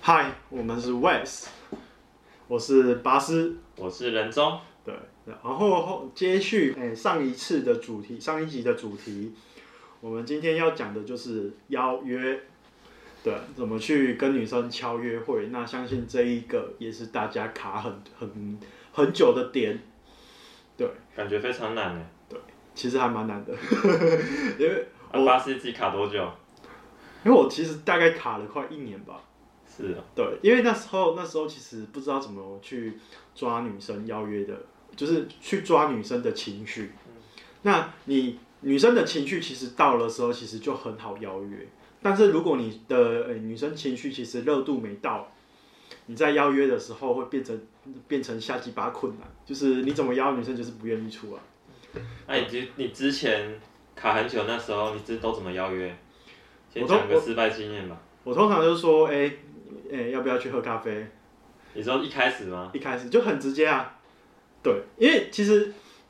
嗨，我们是 Wes，我是巴斯， 我是仁宗。 对，然后接续上一集的主题，我们今天要讲的就是邀约，对，怎么去跟女生敲约会？那相信这一个也是大家卡很久的点，对， 感觉非常难呢。 对，其实还蛮难的，因为巴斯自己卡多久？ 因为我其实大概卡了快1年吧。 是啊， 对，因为那时候其实不知道怎么去抓女生邀约的，就是去抓女生的情绪。那女生的情绪其实到的时候，其实就很好邀约。但是如果你的女生情绪其实热度没到，你在邀约的时候会变成下几把困难，就是你怎么邀女生就是不愿意出来。 那你之前卡很久，那时候你都怎么邀约？先讲个失败经验吧。 我通常就是说，要不要去喝咖啡？ 你说一开始吗？ 一开始就很直接啊，对，因为其实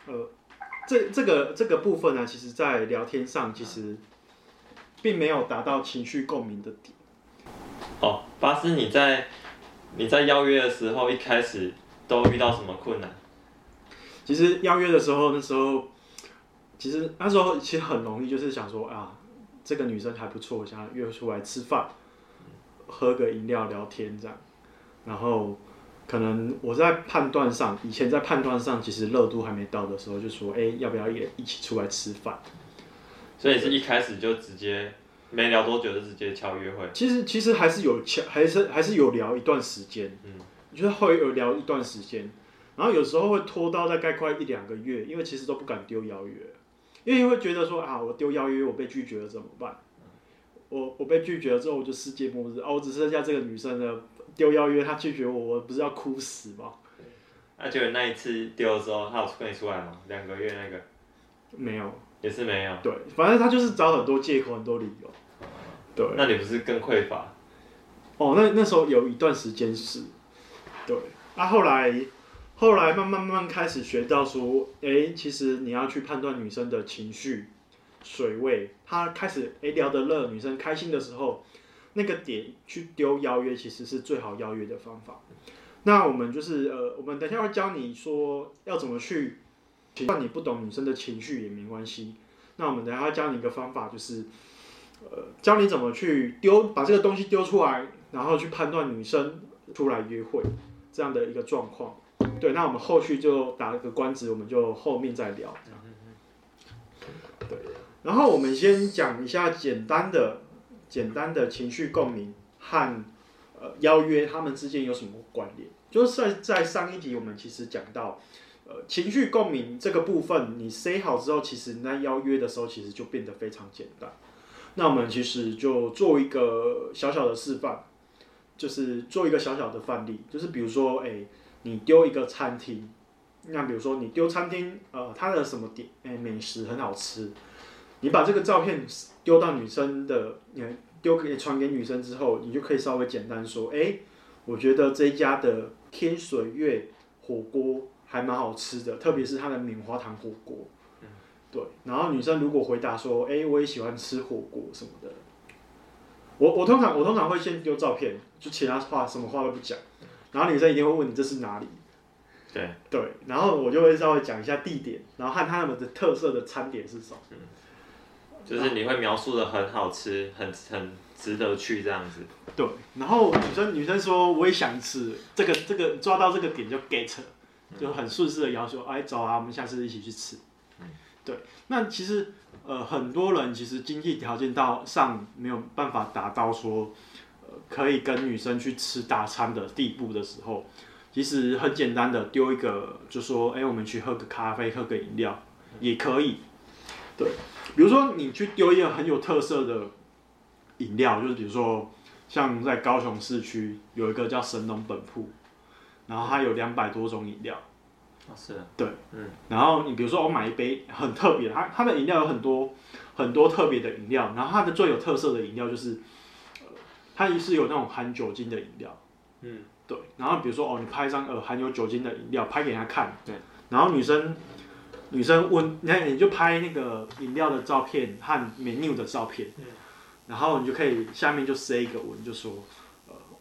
这个部分呢，其实在聊天上其实并没有达到情绪共鸣的点。 哦，巴斯，你在邀约的时候，一开始都遇到什么困难？ 其实邀约的时候，那时候其实很容易，就是想说啊，这个女生还不错，想要约出来吃饭，喝个饮料聊天这样，然后可能我在判断上，以前在判断上其实热度还没到的时候，就说要不要也一起出来吃饭？ 所以是一开始就直接没聊多久就直接敲约会？ 其实还是有聊一段时间，就是会有聊一段时间，然后有时候会拖到大概快1-2个月，因为其实都不敢丢邀约，因为会觉得说啊，我丢邀约我被拒绝了怎么办？我被拒绝了之后，我就世界末日啊！我只剩下这个女生了，丢邀约她拒绝我，我不是要哭死吗？ 那结果那一次丢的时候，她有跟你出来吗？2个月那个？ 没有， 也是没有。 对，反正她就是找很多借口、很多理由。对， 那你不是更匮乏？ 哦，那时候有一段时间是，对，啊，后来慢慢开始学到说，其实你要去判断女生的情绪。水位，他开始聊得热，女生开心的时候，那个点去丢邀约，其实是最好邀约的方法。那我们就是我们等一下会教你说要怎么去，就算你不懂女生的情绪也没关系。那我们等一下会教你一个方法，就是教你怎么去把这个东西丢出来，然后去判断女生出来约会这样的一个状况。对，那我们后续就打个关子，我们就后面再聊。对。然后我们先讲一下简单的情绪共鸣和邀约，他们之间有什么关联？就是在上一集我们其实讲到，情绪共鸣这个部分，你 say 好之后，其实你在邀约的时候，其实就变得非常简单。那我们其实就做一个小小的示范，就是做一个小小的范例，就是比如说，你丢一个餐厅，那比如说你丢餐厅，它的什么点，美食很好吃。你把这个照片丢到女生的，传给女生之后，你就可以稍微简单说，我觉得这一家的天水月火锅还蛮好吃的，特别是它的棉花糖火锅。对，然后女生如果回答说，我也喜欢吃火锅什么的，我通常会先丢照片，就其他话什么话都不讲，然后女生一定会问你这是哪里。对，然后我就会稍微讲一下地点，然后和他们的特色的餐点是什么。 就是你会描述的很好吃，很值得去这样子。 对，然后女生说我也想吃，这个抓到这个点就 get，就很顺势的要求，走啊，我们下次一起去吃。对，那其实很多人其实经济条件上没有办法达到说，可以跟女生去吃大餐的地步的时候，其实很简单的丢一个，就说我们去喝个咖啡，喝个饮料也可以。对，比如说你去丢一个很有特色的饮料，就是比如说像在高雄市区有一个叫神农本铺，然后它有200多种饮料。 是啊。 对，然后你比如说我买一杯很特别的，它的饮料有很多特别的饮料，然后它的最有特色的饮料就是，它是有那种含酒精的饮料。对，然后比如说你拍一张含有酒精的饮料拍给他看，对，然后女生问，你就拍那个饮料的照片和 menu 的照片，然后你就可以下面就 say 一个文，就说，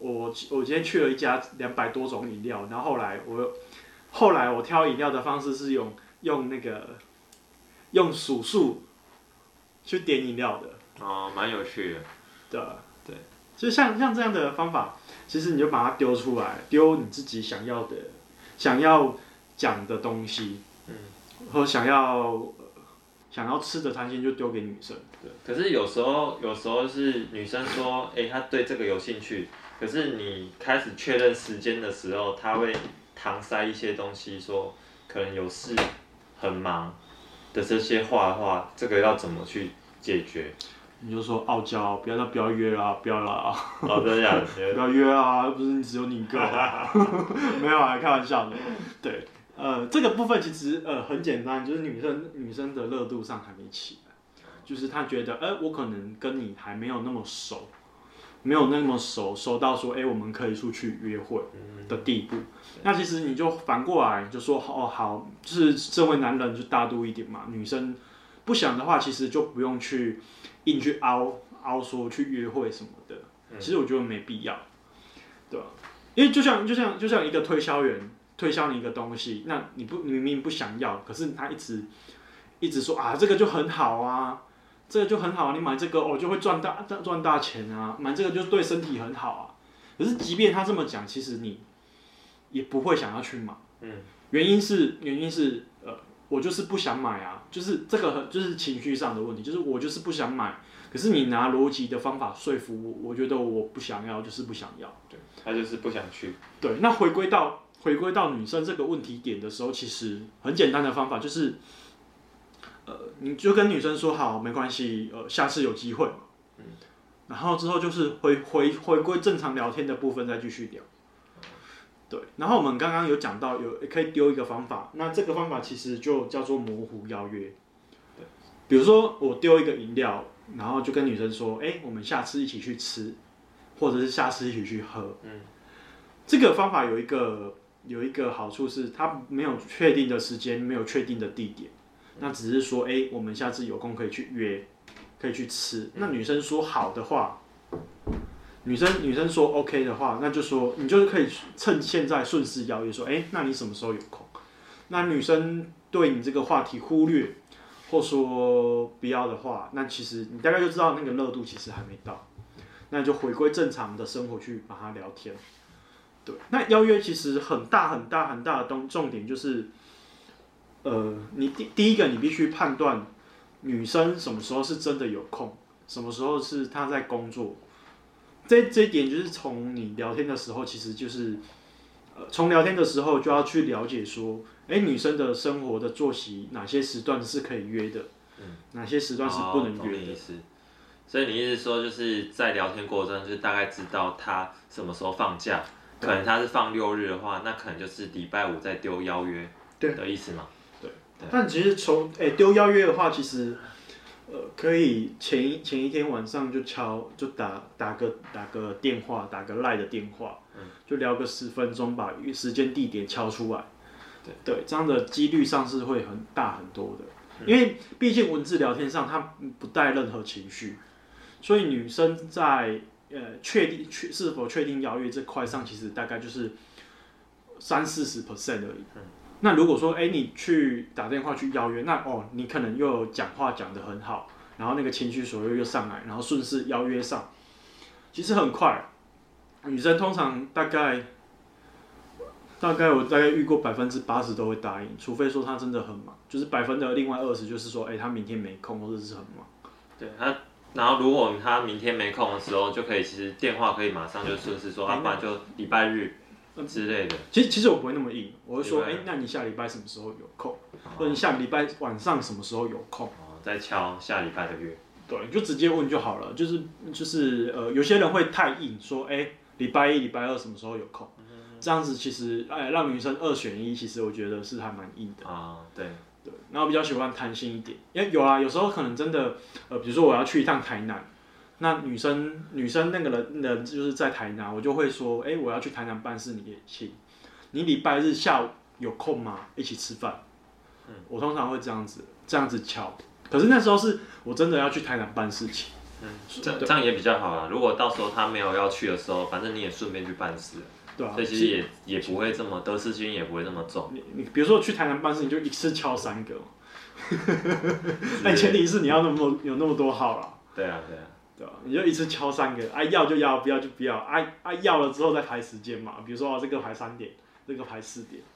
我今天去了一家200多种饮料，然后后来我挑饮料的方式是用数数去点饮料的。 哦，蛮有趣的。 对。 对。 就像这样的方法，其实你就把它丢出来，丢你自己想要讲的东西，或想要吃的餐厅就丢给女生。 对。可是有时候是女生说，她对这个有兴趣，可是你开始确认时间的时候，她会搪塞一些东西，说可能有事、很忙的这些话的话，这个要怎么去解决？ 你就说傲娇，不要约啦，不要啦。 哦，真的假的？ 不要约啦，又不是只有你一个。没有啊，开玩笑的。对，这个部分其实很简单，就是女生的热度上还没起来，就是她觉得，我可能跟你还没有那么熟，熟到说，我们可以出去约会的地步。那其实你就反过来就说，好，就是身为男人就大度一点嘛，女生不想的话，其实就不用硬去凹说去约会什么的，其实我觉得没必要，对吧？因为就像一个推销员推销你一个东西，那你明明不想要，可是他一直说这个就很好啊，这个就很好，你买这个就会赚大钱啊，买这个就对身体很好啊。可是即便他这么讲，其实你也不会想要去买，原因是我就是不想买啊，就是这个就是情绪上的问题，就是我就是不想买，可是你拿逻辑的方法说服我，我觉得我不想要，就是不想要。 对，他就是不想去。 对，那回归到女生这个问题点的时候，其实很简单的方法就是，你就跟女生说好，没关系，下次有机会嘛。然后之后就是回归正常聊天的部分再继续聊。对，然后我们刚刚有讲到可以丢一个方法，那这个方法其实就叫做模糊邀约。对，比如说我丢一个饮料，然后就跟女生说，我们下次一起去吃，或者是下次一起去喝。这个方法有一个好处是，它没有确定的时间，没有确定的地点，那只是说，我们下次有空可以去约，可以去吃。那女生说好的话。女生说 OK 的话，那就说你就可以趁现在顺势邀约说，那你什么时候有空？那女生对你这个话题忽略，或说不要的话，那其实你大概就知道那个热度其实还没到，那就回归正常的生活去把它聊天。对，那邀约其实很大的重点就是，你第一个你必须判断女生什么时候是真的有空，什么时候是她在工作。这一点就是从你聊天的时候，其实就是，从聊天的时候就要去了解说，女生的生活的作息哪些时段是可以约的，哪些时段是不能约的。 所以你意思说，就是在聊天过程中，就是大概知道她什么时候放假，可能她是放6日的话，那可能就是礼拜5再丢邀约的意思嘛？ 对。但其实从丢邀约的话，其实。可以前一天晚上就打个电话，打个赖的电话，就聊个10分钟，把时间地点敲出来。对，这样的几率上是会很大很多的，因为毕竟文字聊天上它不带任何情绪，所以女生在是否确定邀约这块上，其实大概就是30-40% 而已。那如果说，你去打电话去邀约，那你可能又有讲话讲得很好，然后那个情绪所又上来，然后顺势邀约上，其实很快。女生通常大概我遇过80%都会答应，除非说她真的很忙，就是另外20%就是说，她明天没空或者是很忙。 对，然后如果她明天没空的时候，就可以其实电话可以马上就顺势说，不然就礼拜日。之类的， 其实我不会那么硬，我会说，那你下礼拜什么时候有空？或者你下礼拜晚上什么时候有空？ 再敲下礼拜的约。 对，你就直接问就好了。就是有些人会太硬，说礼拜1、礼拜2什么时候有空？这样子其实让女生2选1，其实我觉得是还蛮硬的。 对。 然后比较喜欢弹性一点，因为有时候可能真的比如说我要去一趟台南。那女生那个人就是在台南，我就会说，我要去台南办事，你也请。你礼拜日下午有空吗？一起吃饭。我通常会这样子敲。可是那时候是我真的要去台南办事情， 这样也比较好啦。如果到时候他没有要去的时候，反正你也顺便去办事了， 对啊， 所以其实也不会这么得失心也不会这么重。 你比如说去台南办事，你就一次敲3个，那前提是你要有那么多号啦。 对啊， 对吧？你就一次敲3个，要就要，不要就不要，要了之后再排时间嘛。比如说这个排3点，这个排4点。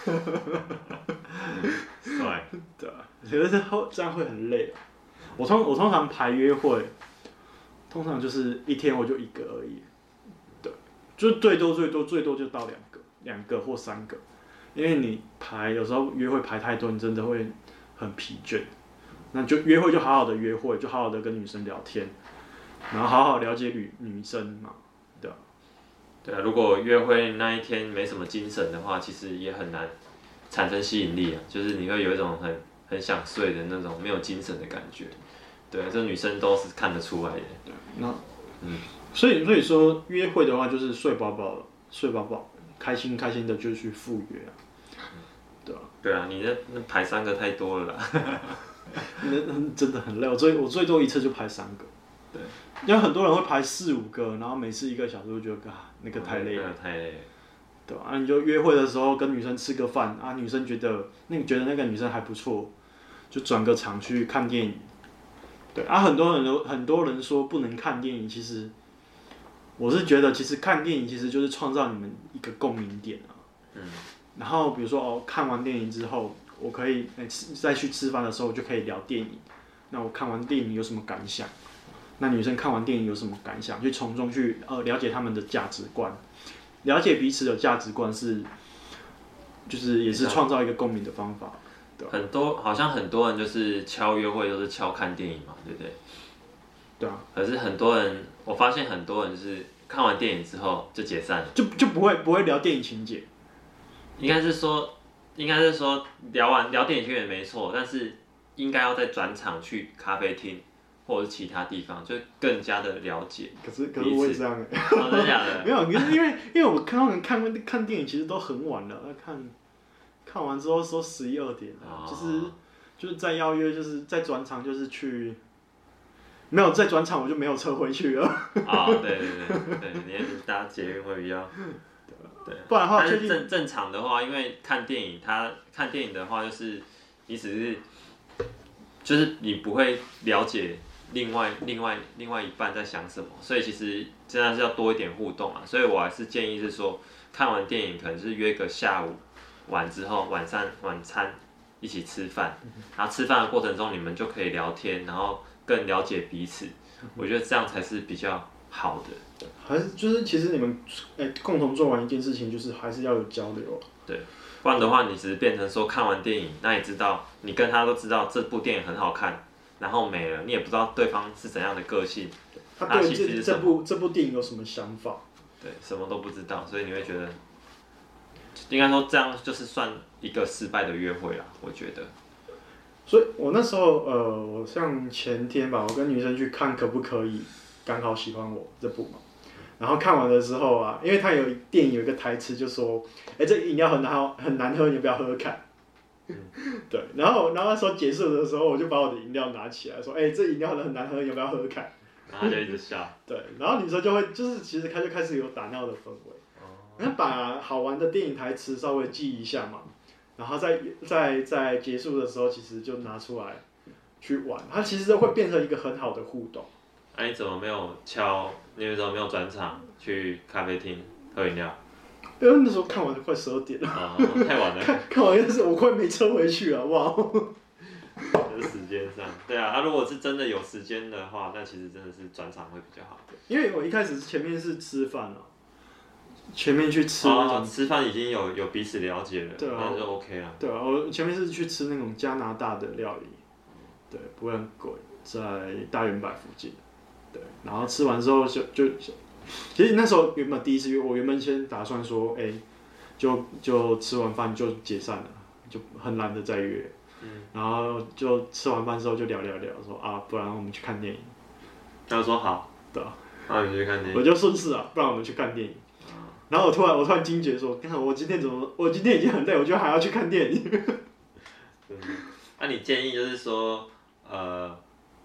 帅。 对啊，可是这样会很累啊。我通常排约会，通常就是一天我就1个而已。对，就最多就到2个或3个，因为你有时候约会排太多，你真的会很疲倦。那就约会就好好的约会，就好好的跟女生聊天，然后好好了解女生嘛，对吧？ 对啊，如果约会那一天没什么精神的话，其实也很难产生吸引力啊，就是你会有一种很想睡的那种没有精神的感觉。对，这女生都是看得出来的。 对，那所以说约会的话就是睡饱饱，开心的就去赴约啊，对吧？ 对啊，你那排3个太多了啦。 那真的很累，我最多一次就排3个。对，因为很多人会排4、5个，然后每次1个小时，我觉得那个太累了。 太累了。 对吧？你就约会的时候跟女生吃个饭啊，女生觉得那个女生还不错，就转个场去看电影。对啊，很多人说不能看电影，其实我是觉得，其实看电影其实就是创造你们一个共鸣点啊。然后比如说看完电影之后，我可以再去吃饭的时候，我就可以聊电影。那我看完电影有什么感想？那女生看完电影有什么感想？去从中去了解他们的价值观，了解彼此的价值观就是也是创造一个共鸣的方法。 好像很多人就是敲约会都是敲看电影嘛，对不对？ 对啊。 可是我发现很多人就是看完电影之后就解散了， 就不会聊电影情节。 应该是说聊电影情节没错，但是应该要再转场去咖啡厅或者是其他地方，就更加的了解。 可是我也这样真的假的？ 没有，因为我看到人看电影其实都很晚了，看完之后说11、2点了，就是再邀约，就是再转场，就是去，没有再转场我就没有车回去了。 对，你搭捷运会比较。对， 不然的话， 但是正常的话，因为看电影的话，就是你就是你不会了解另外一半在想什么，所以其实真的是要多一点互动啊。所以我还是建议是说，看完电影可能是约个下午晚之后，晚餐一起吃饭，然后吃饭的过程中你们就可以聊天，然后更了解彼此。我觉得这样才是比较好的。 还是就是其实你们共同做完一件事情，就是还是要有交流。 对，不然的话你只是变成说看完电影，那你知道你跟他都知道这部电影很好看，然后没了，你也不知道对方是怎样的个性， 他对这部电影有什么想法？ 对，什么都不知道，所以你会觉得，应该说这样就是算一个失败的约会啦，我觉得。 所以我那时候我像前天吧，我跟女生去看可不可以刚好喜欢我这部嘛，然后看完的时候啊，因为他电影有一个台词就说，这饮料很难喝，你要不要喝喝看？对，然后那时候结束的时候，我就把我的饮料拿起来说，这饮料很难喝，你要不要喝喝看？ 然后他就一直笑。 对，然后女生就会其实他就开始有打闹的氛围，那把好玩的电影台词稍微记一下嘛。然后在结束的时候，其实就拿出来去玩，它其实会变成一个很好的互动。 你怎么没有你为什么没有转场去咖啡厅喝饮料？ 因为那时候看完就快12点了。 太晚了。 看完就是我快没车回去了，哇！ 就是时间上，对啊，如果是真的有时间的话，那其实真的是转场会比较好。 因为我一开始前面是吃饭了。前面去吃吃饭已经有彼此了解了， 对啊， 那就 OK 了。 对啊，我前面是去吃那种加拿大的料理，对，不会很贵，在大圆柏附近，对，然后吃完之后其实那时候原本第一次约，我原本先打算说，就吃完饭就解散了，就很懒得再约，然后就吃完饭之后就聊，说不然我们去看电影。 他说好， 对啊， 那你去看电影， 我就顺势不然我们去看电影。然后我突然惊觉说，看我今天已经很累，我觉得还要去看电影。 那你建议就是说，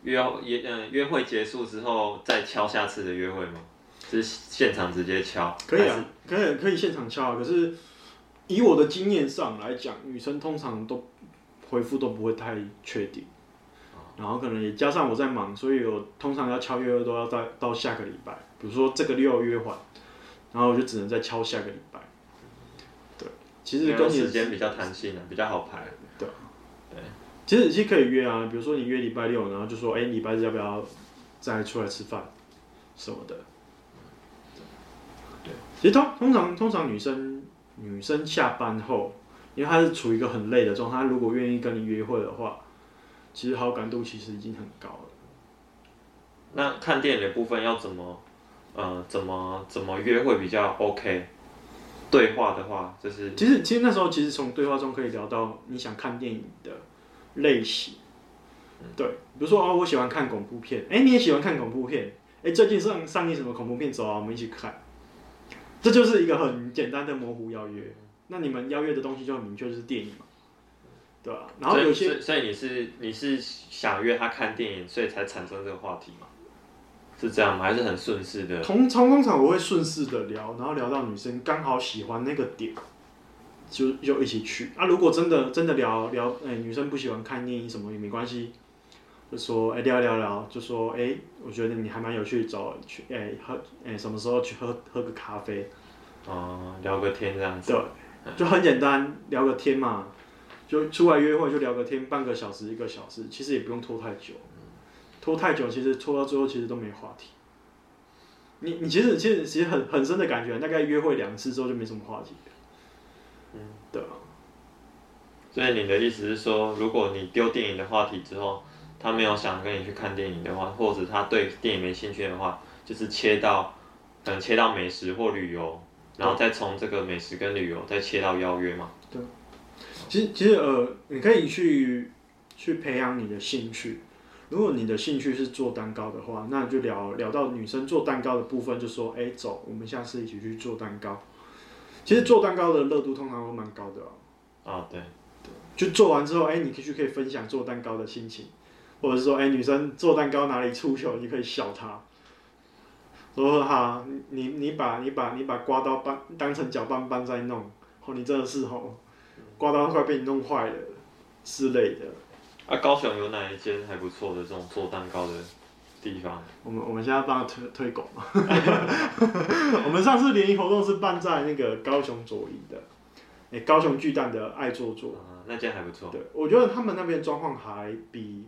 约会结束之后再敲下次的约会吗？是现场直接敲？ 可以啊，可以现场敲啊。可是以我的经验上来讲，女生通常都回复都不会太确定，然后可能也加上我在忙，所以我通常要敲约会都要到下个礼拜。比如说这个6约完，然后我就只能再敲下个礼拜。对，其实跟你时间比较弹性比较好排。 对。其实可以约啊，比如说你约礼拜6，然后就说，礼拜日要不要再出来吃饭什么的。对，其实通常女生下班后，因为她是处于一个很累的状态，她如果愿意跟你约会的话，其实好感度其实已经很高了。 那看电影的部分要怎么约会比较 OK？ 对话的话，就是其实那时候从对话中可以聊到你想看电影的类型。对，比如说我喜欢看恐怖片，你也喜欢看恐怖片，最近上映什么恐怖片，走啊，我们一起看。这就是一个很简单的模糊邀约。那你们邀约的东西就很明确，就是电影嘛，对吧？然后有些， 所以你是想约他看电影，所以才产生这个话题吗？是这样吗？还是很顺势的？ 通常我会顺势的聊，然后聊到女生刚好喜欢那个点，就一起去。如果真的聊，女生不喜欢看电影什么也没关系，就说聊，就说我觉得你还蛮有趣，走去什么时候去喝个咖啡， 聊个天这样子。 对，就很简单，聊个天嘛，就出来约会就聊个天，半个小时1个小时，其实也不用拖太久。拖太久，其实拖到最后其实都没话题。你其实很深的感觉，大概约会2次之后就没什么话题了。对啊。 所以你的意思是说，如果你丢电影的话题之后，他没有想跟你去看电影的话，或者他对电影没兴趣的话，就是可能切到美食或旅游，然后再从这个美食跟旅游再切到邀约嘛。 对。其实你可以去培养你的兴趣。如果你的兴趣是做蛋糕的话，那就聊到女生做蛋糕的部分，就说走，我们下次一起去做蛋糕。其实做蛋糕的热度通常都蛮高的对。 就做完之后，你可以分享做蛋糕的心情，或者是说，女生做蛋糕哪里出糗，你可以笑她。说哈，你把刮刀当成搅拌棒在弄，你真的是刮刀快被你弄坏了之类的。 高雄有哪一间还不错的这种做蛋糕的地方？ 我们现在帮他推广嘛。我们上次联谊活动是办在那个高雄左营的，高雄巨蛋的爱做作。 那间还不错。 对，我觉得他们那边状况比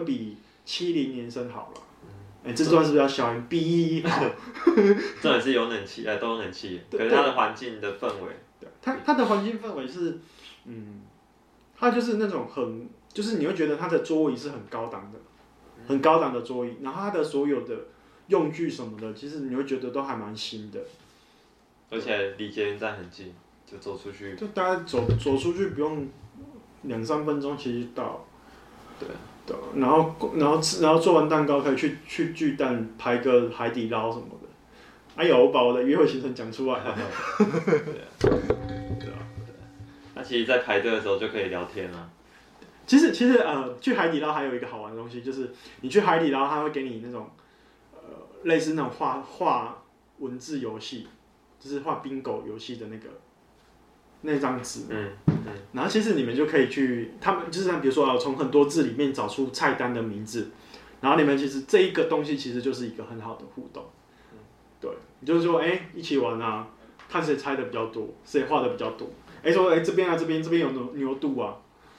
70年生好了。这段是不是要消音？B 好。 这也是有冷气，都有冷气，可是它的环境的氛围。 对，它的环境氛围是，它就是那种就是你会觉得它的桌椅是很高档的桌椅，然后它的所有的用具什么的，其实你会觉得都还蛮新的。 而且离捷运站很近，就走出去。 就大概走出去不用2-3分钟，其实到。对。然后做完蛋糕可以去巨蛋排个海底捞什么的。我把我的约会行程讲出来了。对啊。 那其实，在排队的时候就可以聊天了。 其实去海底捞还有一个好玩的东西，就是你去海底捞，他会给你那种类似那种画文字游戏，就是画 bingo 游戏的那张纸。然后其实你们就可以他们就是比如说从很多字里面找出菜单的名字，然后你们其实这一个东西其实就是一个很好的互动。对，你就是说一起玩啊，看谁猜的比较多，谁画的比较多。说这边有牛肚啊。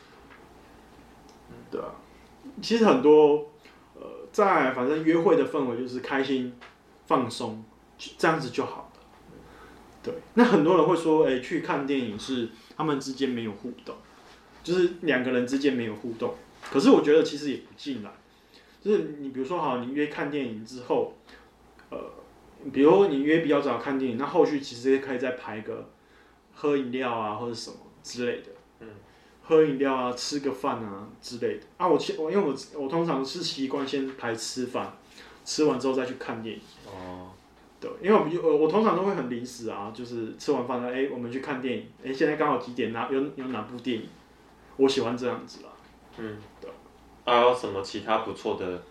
对啊，其实很多反正约会的氛围就是开心、放松，这样子就好了。对，那很多人会说，去看电影是他们之间没有互动，就是2个人之间没有互动。可是我觉得其实也不尽然，就是你比如说你约看电影之后，比如你约比较早看电影，那后续其实也可以再排个喝饮料啊或者什么之类的。喝饮料啊，吃个饭啊之类的因为我通常是习惯先排吃饭，吃完之后再去看电影。对，因为我通常都会很临时啊，就是吃完饭了，我们去看电影。现在刚好几点？有哪部电影？我喜欢这样子啦。 对。还有什么其他不错的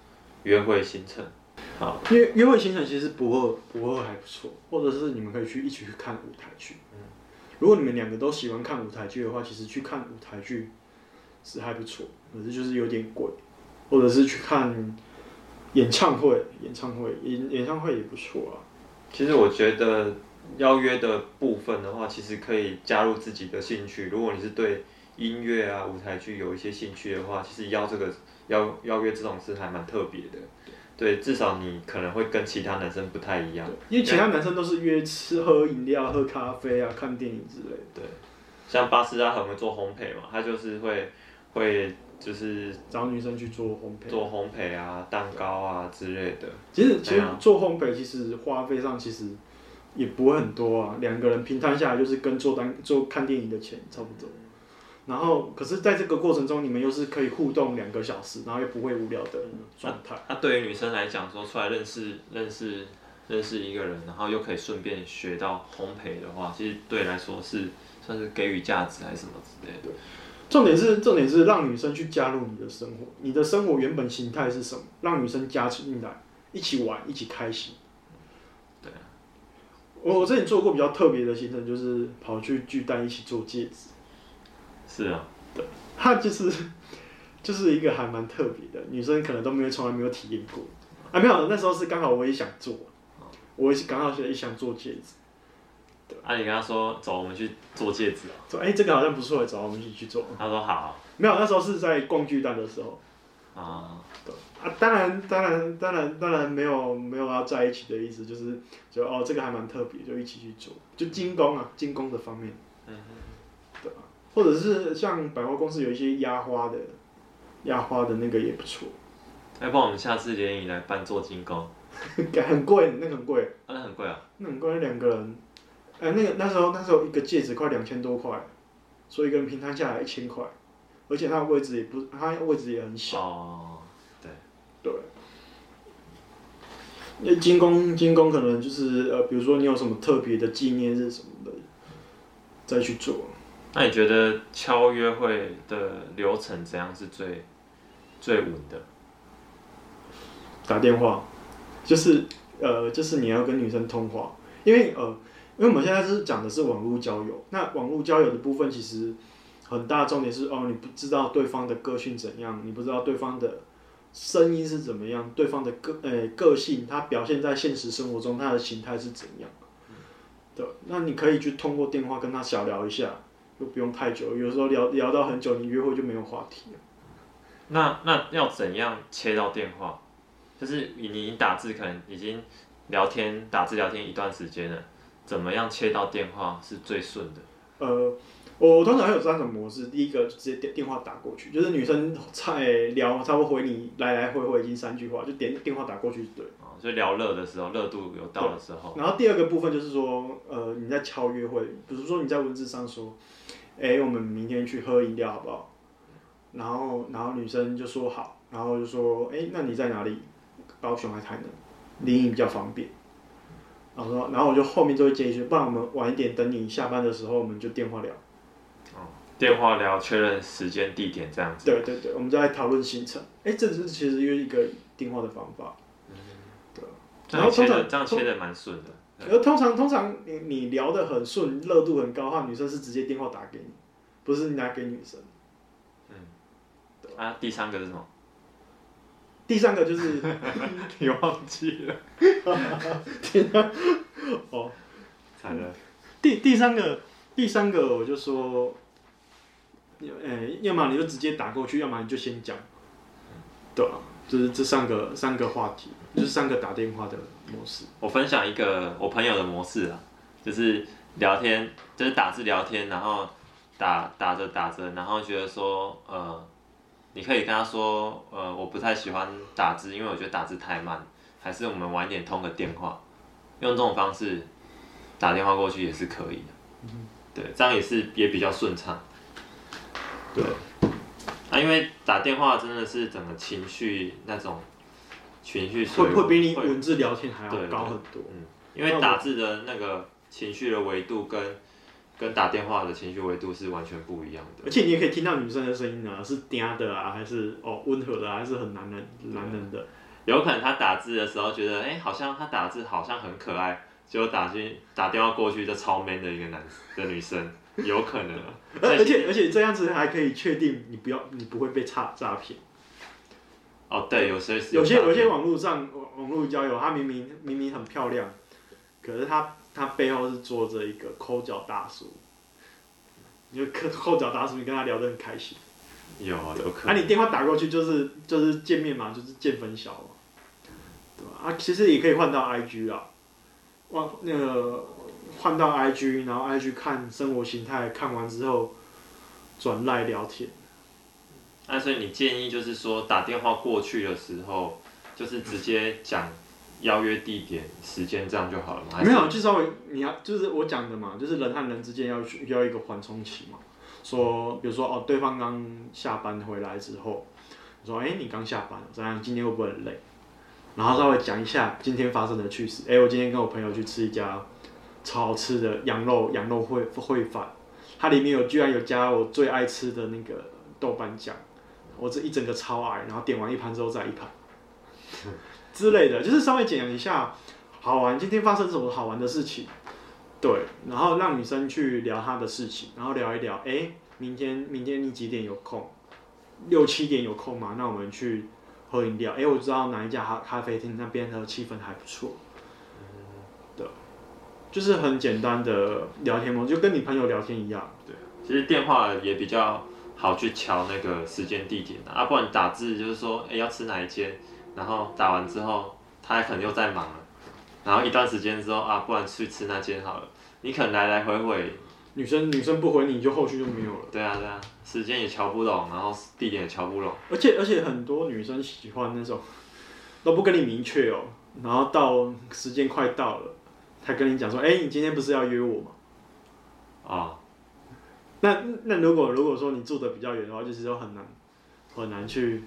约会行程。好， 约会行程其实不二还不错，或者是你们可以一起去看舞台剧。如果你们两个都喜欢看舞台剧的话，其实去看舞台剧是还不错，可是就是有点贵，或者是去看演唱会也不错啊。 其实我觉得邀约的部分的话，其实可以加入自己的兴趣。如果你是对音乐啊、舞台剧有一些兴趣的话，其实邀约这种事还蛮特别的。对，至少你可能会跟其他男生不太一样。 因为其他男生都是约喝饮料、喝咖啡啊、看电影之类的。 对，像巴斯他很会做烘焙嘛，他就是会就是找女生去做烘焙， 做烘焙啊、蛋糕啊之类的。 其实做烘焙其实花费上其实也不会很多啊，两个人平摊下来就是跟做看电影的钱差不多。然后，可是在这个过程中，你们又是可以互动2个小时，然后又不会无聊的状态。 对于女生来讲，说出来认识一个人，然后又可以顺便学到烘焙的话，其实对你来说是算是给予价值还是什么之类的。 重点是让女生去加入你的生活，你的生活原本形态是什么？让女生加进来，一起玩，一起开心。 对啊。 我之前做过比较特别的行程，就是跑去巨蛋一起做戒指。是啊，对，它就是一个还蛮特别的，女生可能从来没有体验过。啊，没有，那时候是刚好我也想做，我也刚好也想做戒指。 对。啊，你跟他说走，我们去做戒指啊。 说这个好像不错，走，我们一起去做。 他说好。 没有，那时候是在逛巨蛋的时候。啊。对。啊，当然没有要在一起的意思，就是这个还蛮特别，就一起去做，就精工的方面。对啊。或者是像百货公司有一些压花的那个也不错。 要不然我们下次联谊来办做精工。 很贵，那个很贵。 那很贵啊。 那很贵，2个人。那时候一个戒指快2000多块，所以一个人平摊下来1000块，而且它的位置也很小。哦。对。对。因为精工可能就是比如说你有什么特别的纪念日什么的，再去做。 那你觉得敲约会的流程怎样是最稳的？ 打电话，就是你要跟女生通话，因为我们现在讲的是网络交友，那网络交友的部分其实很大重点是你不知道对方的个性怎样，你不知道对方的声音是怎么样，对方的个性，他表现在现实生活中他的形态是怎样。对，那你可以去通过电话跟他小聊一下。又不用太久，有时候聊到很久，你约会就没有话题了。 那要怎样切到电话？就是你打字可能已经打字聊天一段时间了，怎么样切到电话是最顺的？ 我通常有3种模式，第一个就直接电话打过去，就是女生聊差不多回你来回已经3句话，就电话打过去对。 就聊热的时候，热度有到的时候。 然后第2个部分就是说，你在敲约会，比如说你在文字上说，我们明天去喝饮料好不好？然后女生就说好，然后就说，那你在哪里？高雄还台南，离你比较方便。然后我就后面就会接一句，不然我们晚一点，等你下班的时候，我们就电话聊。 电话聊确认时间地点这样子。 对，我们再讨论行程。这是其实一个电话的方法。对。 然后这样切的蛮顺的。 而通常你聊得很顺，热度很高的话，女生是直接电话打给你，不是你打给女生。 第3个是什么？ 第3个就是你忘记了。 天啊！ 惨了。 第三个我就说，要么你就直接打过去，要么你就先讲。对啊，就是这3个话题，就是3个打电话的模式。 我分享一个我朋友的模式啊，就是聊天，就是打字聊天，然后打着，然后觉得说你可以跟他说我不太喜欢打字，因为我觉得打字太慢，还是我们晚一点通个电话，用这种方式打电话过去也是可以的。对，这样也比较顺畅。对。因为打电话真的是整个情绪会比你文字聊天还要高很多。 因为打字的那个情绪的维度跟打电话的情绪维度是完全不一样的。 而且你也可以听到女生的声音啊，是嗲的啊，还是温和的啊，还是很男人的。 有可能他打字的时候觉得，好像他打字好像很可爱，结果打电话过去就超 man 的一个女生，有可能。 而且这样子还可以确定你不会被诈骗。 哦，对，有些网络交友，他明明很漂亮，可是他背后是坐着一个抠脚大叔，你就抠脚大叔，你跟他聊得很开心。 有可能。 你电话打过去就是见面嘛，就是见分晓嘛，对吧？其实也可以换到 IG 啦，换到 IG， 然后 IG 看生活形态，看完之后转赖聊天。 所以你建议就是说打电话过去的时候，就是直接讲邀约地点、时间这样就好了吗？ 没有，就稍微就是我讲的嘛，就是人和人之间要一个缓冲期嘛。说，比如说对方刚下班回来之后，说你刚下班，怎样？今天会不会很累？然后稍微讲一下今天发生的趣事。我今天跟我朋友去吃一家超好吃的羊肉烩饭，它里面居然有加我最爱吃的那个豆瓣酱。我这一整个超爱，然后点完一盘之后再一盘之类的，就是稍微讲一下好玩，今天发生什么好玩的事情，对，然后让女生去聊她的事情，然后聊一聊，明天你几点有空？6、7点有空吗？那我们去喝饮料。我知道哪一家咖啡厅那边的气氛还不错，对，就是很简单的聊天嘛，就跟你朋友聊天一样。 对，其实电话也比较好去瞧那个时间地点不然打字就是说，要吃哪一间，然后打完之后，他可能又在忙了，然后一段时间之后不然去吃那间好了，你可能来来回回， 女生不回你就后续就没有了。 对啊，时间也瞧不拢，然后地点也瞧不拢。 而且很多女生喜欢那种都不跟你明确然后到时间快到了，才跟你讲说，你今天不是要约我吗？那如果说你住的比较远的话，就是说很难去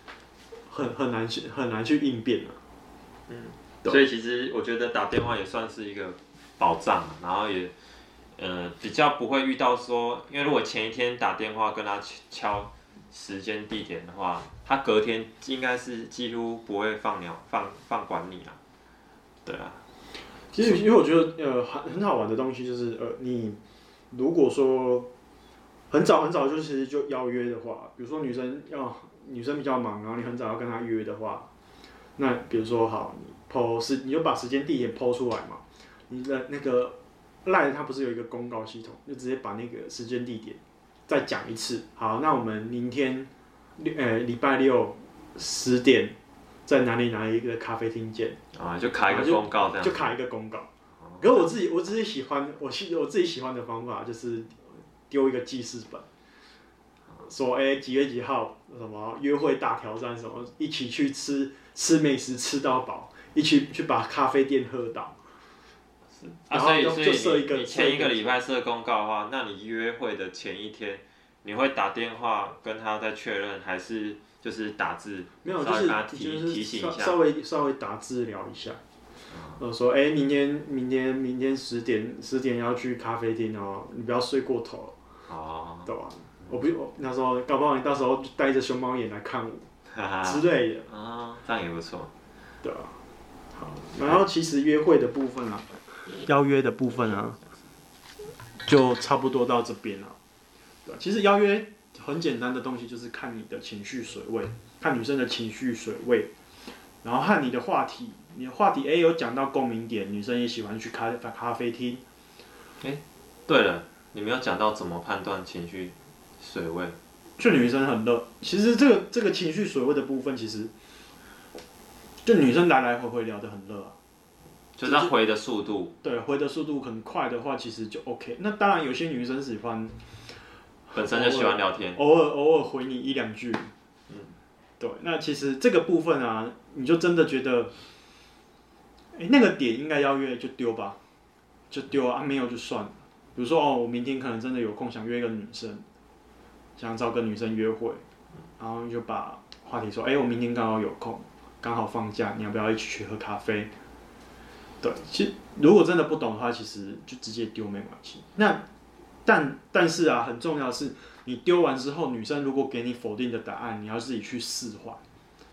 应变所以其实我觉得打电话也算是一个保障，然后也比较不会遇到说，因为如果前一天打电话跟他敲时间地点的话，他隔天应该是几乎不会放管你啊。对啊。 其实因为我觉得很好玩的东西就是你如果说很早就其实就邀约的话，比如说女生比较忙，然后你很早要跟她约的话，那比如说好，你就把时间地点 po 出来嘛，你的那个 LINE 它不是有一个公告系统，就直接把那个时间地点再讲一次。好，那我们明天礼拜六10点在哪里一个咖啡厅见。 就卡一个公告这样。 就卡一个公告。可是我自己喜欢我自己喜欢的方法就是丢一个记事本，说几月几号什么约会大挑战什么，一起去吃美食吃到饱，一起去把咖啡店喝倒。 所以就设一个你前一个礼拜设公告的话，那你约会的前一天，你会打电话跟他再确认，还是就是打字？ 没有， 就是提醒一下， 稍微打字聊一下。说明天10点要去咖啡厅你不要睡过头了。对吧？那时候搞不好你到时候带着熊猫眼来看我之类的。 这样也不错。 对啊。好，然后其实约会的部分邀约的部分就差不多到这边了。对，其实邀约很简单的东西就是看你的情绪水位，看女生的情绪水位，然后和你的话题，有讲到共鸣点，女生也喜欢去咖啡厅。 对了，你没有讲到怎么判断情绪水位。 就女生很热，其实这个情绪水位的部分，其实就女生来来回回聊得很热就是她回的速度。 对，回的速度很快的话，其实就 OK。那当然，有些女生喜欢， 本身就喜欢聊天， 偶尔回你1、2句。对，那其实这个部分你就真的觉得，那个点应该邀约就丢吧，就丢没有就算了。比如说我明天可能真的有空，想约一个女生，想找个女生约会，然后就把话题说，我明天刚好有空，刚好放假，你要不要一起去喝咖啡？对，其实如果真的不懂的话，其实就直接丢没关系。那但是很重要的是，你丢完之后，女生如果给你否定的答案，你要自己去释怀。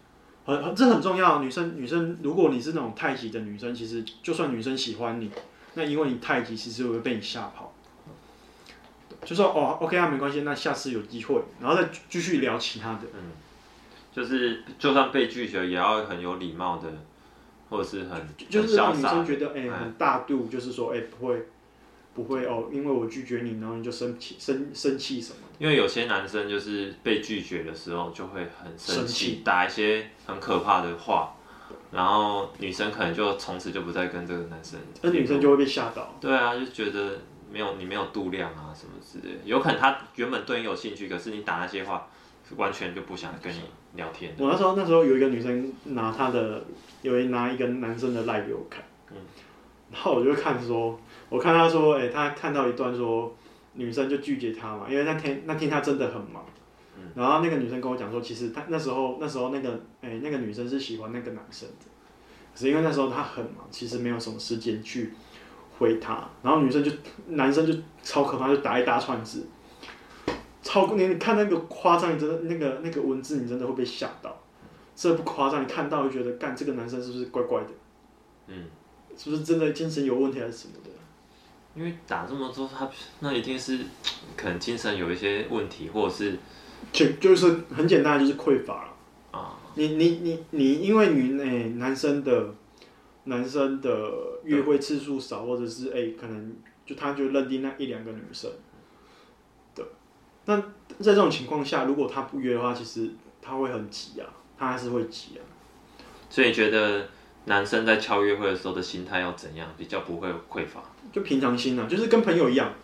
这很重要。女生，如果你是那种太极的女生，其实就算女生喜欢你，那因为你太极，其实会被你吓跑。就说哦，OK 啊，没关系，那下次有机会，然后再继续聊其他的。 就是就算被拒绝，也要很有礼貌的，或者是就是让女生觉得很很大度，就是说不会哦，因为我拒绝你，然后你就生气什么的。 因为有些男生就是被拒绝的时候就会很生气，打一些很可怕的话，然后女生可能就从此就不再跟这个男生， 那女生就会被吓到。 对啊，就觉得你没有度量啊什么之类的，有可能他原本对你有兴趣，可是你打那些话，完全就不想跟你聊天。 我那时候有一个女生拿拿一个男生的赖给我看，然后我就看她说，她看到一段说女生就拒绝他嘛，因为那天她真的很忙，然后那个女生跟我讲说，其实她那时候那个女生是喜欢那个男生的，可是因为那时候她很忙，其实没有什么时间去回他，然后男生就超可怕，就打一大串字。你看那个夸张，你真的那个文字，你真的会被吓到。这不夸张，你看到就觉得，干这个男生是不是怪怪的？是不是真的精神有问题还是什么的？ 因为打这么多，他那一定是可能精神有一些问题，或者是就是很简单的就是匮乏了。你因为男生的约会次数少，或者是可能他就认定那一两个女生。那在这种情况下，如果他不约的话，其实他会很急啊，他还是会急啊。 所以你觉得男生在敲约会的时候的心态要怎样，比较不会匮乏？ 就平常心啊，就是跟朋友一样，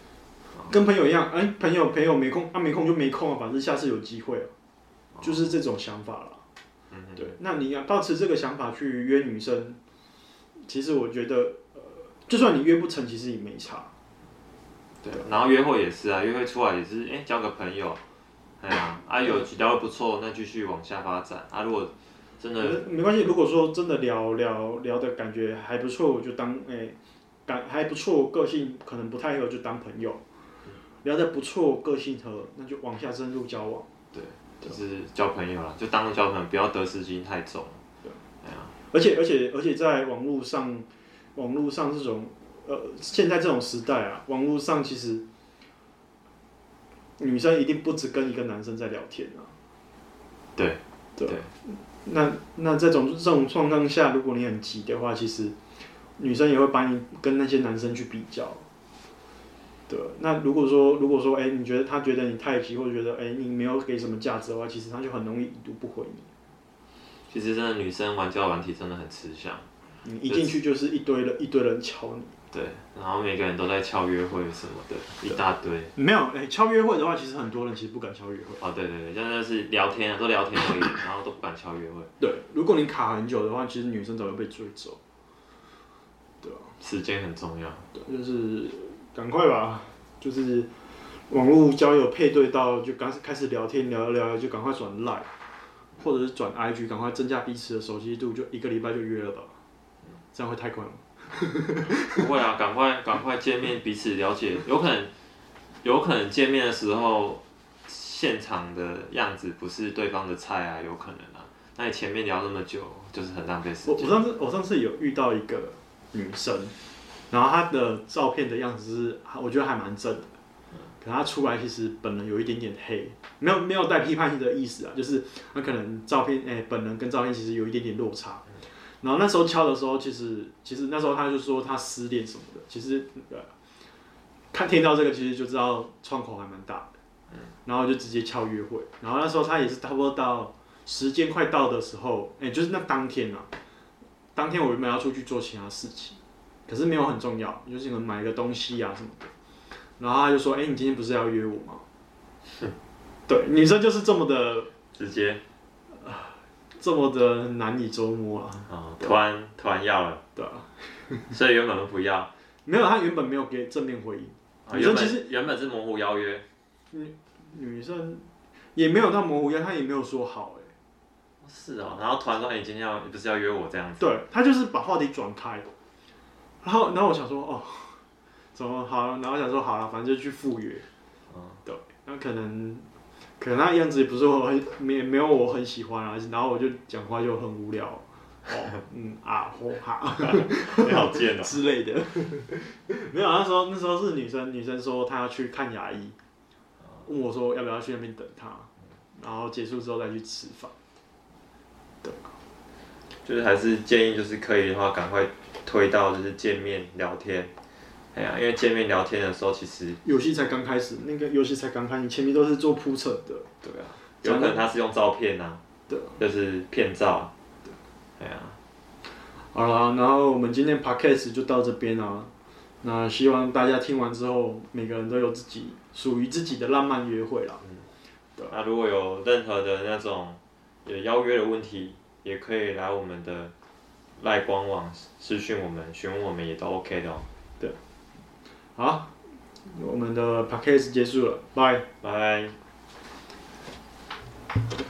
朋友没空，没空就没空啊，反正下次有机会啊，就是这种想法啦。对，那你要抱持这个想法去约女生，其实我觉得，就算你约不成，其实也没差。 对，然后约会也是啊，约会出来也是，交个朋友，有聊得不错，那继续往下发展啊。如果真的没关系，如果说真的聊的感觉还不错，我就当还不错，个性可能不太合，就当朋友。聊得不错，个性合，那就往下深入交往。 对，就是交朋友啦，就当交朋友，不要得失心太重。 对，而且在网络上这种。现在这种时代啊，网络上其实女生一定不止跟一个男生在聊天啊。对。那这种状况下，如果你很急的话，其实女生也会把你跟那些男生去比较。对。那如果说你觉得你太急，或者觉得你没有给什么价值的话，其实他就很容易已读不回你。 其实真的女生玩交友软体真的很吃香。 你一进去就是一堆人敲你。 对，然后每个人都在敲约会什么的，一大堆。 没有，敲约会的话，其实很多人其实不敢敲约会。 对，真的是聊天啊，都聊天而已，然后都不敢敲约会。 对，如果你卡很久的话，其实女生早就被追走。对啊。 时间很重要。 对，就是赶快吧，就是网络交友配对到就刚开始聊天，聊就赶快转 Line， 或者是转 IG， 赶快增加彼此的熟悉度，就1个礼拜就约了吧。这样会太快吗？ 不会啊，赶快见面，彼此了解。有可能见面的时候，现场的样子不是对方的菜啊，有可能啊。那你前面聊那么久，就是很浪费时间。 我上次有遇到一个女生，然后她的照片的样子是，我觉得还蛮正的。可她出来其实本人有一点点黑，没有带批判性的意思啊，就是她可能照片本人跟照片其实有一点点落差。然后那时候敲的时候，其实那时候他就说他失恋什么的，其实听到这个其实就知道窗口还蛮大的，然后就直接敲约会。然后那时候他也是差不多到时间快到的时候，就是那当天啊，当天我原本要出去做其他事情，可是没有很重要，就是可能买个东西啊什么的。然后他就说：“你今天不是要约我吗？”对，女生就是这么的直接。 这么的难以捉摸啊！ 突然要了， 对啊， 所以原本不要。 没有，他原本没有给正面回应。女生其实原本是模糊邀约。 女生也没有到模糊邀约，她也没有说好是哦，然后突然说：“你今天不是要约我这样子？” 对，他就是把话题转开。然后我想说，怎么好？然后想说好了，反正就去赴约。对，那可能可能他样子也不是我没有我很喜欢啊，然后我就讲话就很无聊，或哈， 你好贱哦、 之类的。没有，那时候是女生说她要去看牙医，问我说要不要去那边等她，然后结束之后再去吃饭。对。 就是还是建议就是可以的话，赶快推到就是见面聊天。哎呀，因为见面聊天的时候，其实游戏才刚开始，那个游戏才刚开，你前面都是做铺陈的。 对啊，有可能他是用照片啊， 对， 就是骗照。对啊。 好了，然后我们今天 podcast 就到这边啊。那希望大家听完之后，每个人都有自己属于自己的浪漫约会啦。 对。那如果有任何的那种有邀约的问题，也可以来我们的赖官网私讯我们，询问我们也都 OK 的哦。 对。好，我们的 podcast 结束了，拜拜。